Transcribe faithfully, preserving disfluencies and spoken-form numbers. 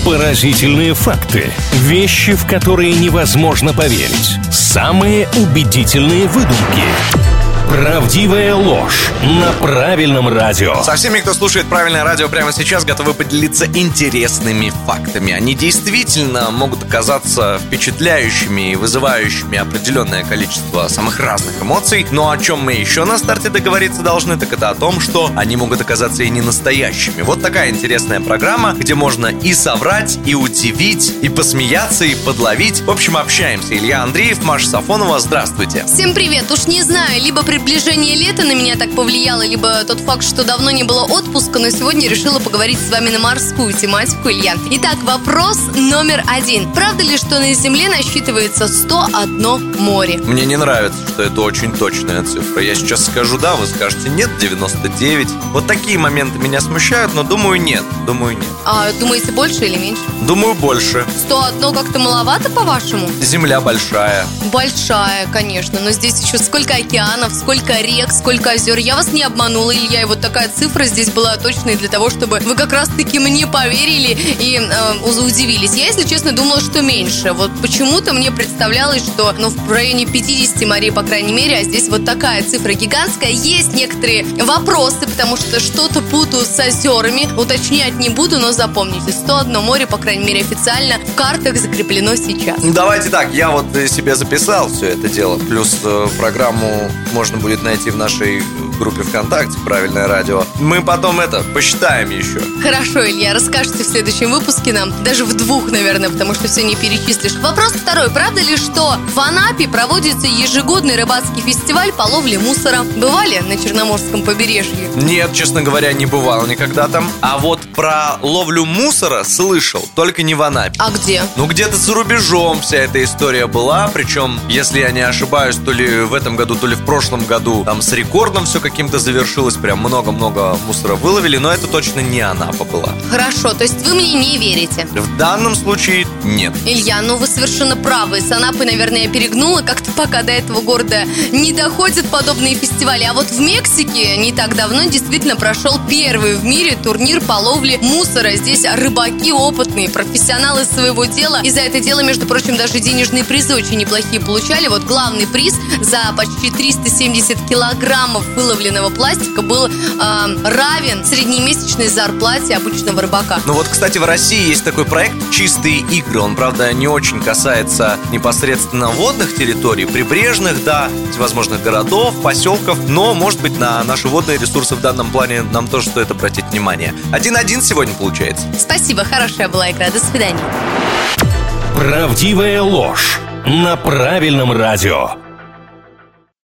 Поразительные факты. Вещи, в которые невозможно поверить. Самые убедительные выдумки. Правдивая ложь на правильном радио. Со всеми, кто слушает правильное радио прямо сейчас, готовы поделиться интересными фактами. Они действительно могут оказаться впечатляющими и вызывающими определенное количество самых разных эмоций. Но о чем мы еще на старте договориться должны, так это о том, что они могут оказаться и не настоящими. Вот такая интересная программа, где можно и соврать, и удивить, и посмеяться, и подловить. В общем, общаемся. Илья Андреев, Маша Сафонова, здравствуйте. Всем привет. Уж не знаю, либо приближение лета на меня так повлияло, либо тот факт, что давно не было отпуска, но сегодня решила поговорить с вами на морскую тематику, Илья. Итак, вопрос номер один. Правда ли, что на Земле насчитывается сто одно море? Мне не нравится, что это очень точная цифра. Я сейчас скажу да, вы скажете нет, девяносто девять. Вот такие моменты меня смущают, но думаю нет. Думаю нет. А думаете, больше или меньше? Думаю, больше. сто одно как-то маловато, по-вашему? Земля большая. Большая, конечно, но здесь еще сколько океанов, сколько рек, сколько озер. Я вас не обманула, Илья, и вот такая цифра здесь была точной для того, чтобы вы как раз-таки мне поверили и э, удивились. Я, если честно, думала, что меньше. Вот почему-то мне представлялось, что ну, в районе пятьдесят морей, по крайней мере, а здесь вот такая цифра гигантская. Есть некоторые вопросы, потому что что-то путаю с озерами. Уточнять не буду, но запомните, сто одно море, по крайней мере, официально в картах закреплено сейчас. Давайте так, я вот себе записал все это дело. Плюс э, программу можно будет найти в нашей группе ВКонтакте «Правильное радио». Мы потом это посчитаем еще. Хорошо, Илья, расскажете в следующем выпуске нам. Даже в двух, наверное, потому что все не перечислишь. Вопрос второй. Правда ли, что в Анапе проводится ежегодный рыбацкий фестиваль по ловле мусора? Бывали на Черноморском побережье? Нет, честно говоря, не бывал никогда там. А вот про ловлю мусора слышал, только не в Анапе. А где? Ну, где-то за рубежом вся эта история была. Причем, если я не ошибаюсь, то ли в этом году, то ли в прошлом году там с рекордом все каким-то завершилось. Прям много-много мусора выловили. Но это точно не Анапа была. Хорошо, то есть вы мне не верите? В данном случае нет. Илья, ну вы совершенно правы. С Анапой, наверное, я перегнула. Как-то пока до этого города не доходят подобные фестивали. А вот в Мексике не так давно действительно прошел первый в мире турнир по ловле мусора. Здесь рыбаки опытные, профессионалы своего дела. И за это дело, между прочим, даже денежные призы очень неплохие получали. Вот главный приз за почти триста семьдесят килограммов выловленного пластика был э, равен среднемесячной зарплате обычного рыбака. Ну вот, кстати, в России есть такой проект «Чистые игры». Он, правда, не очень касается непосредственно водных территорий, прибрежных, да, всевозможных городов, поселков. Но, может быть, на наши водные ресурсы в данном плане нам тоже стоит обратить внимание. Один-один сегодня получается. Спасибо, хорошая была игра. До свидания. Правдивая ложь на правильном радио.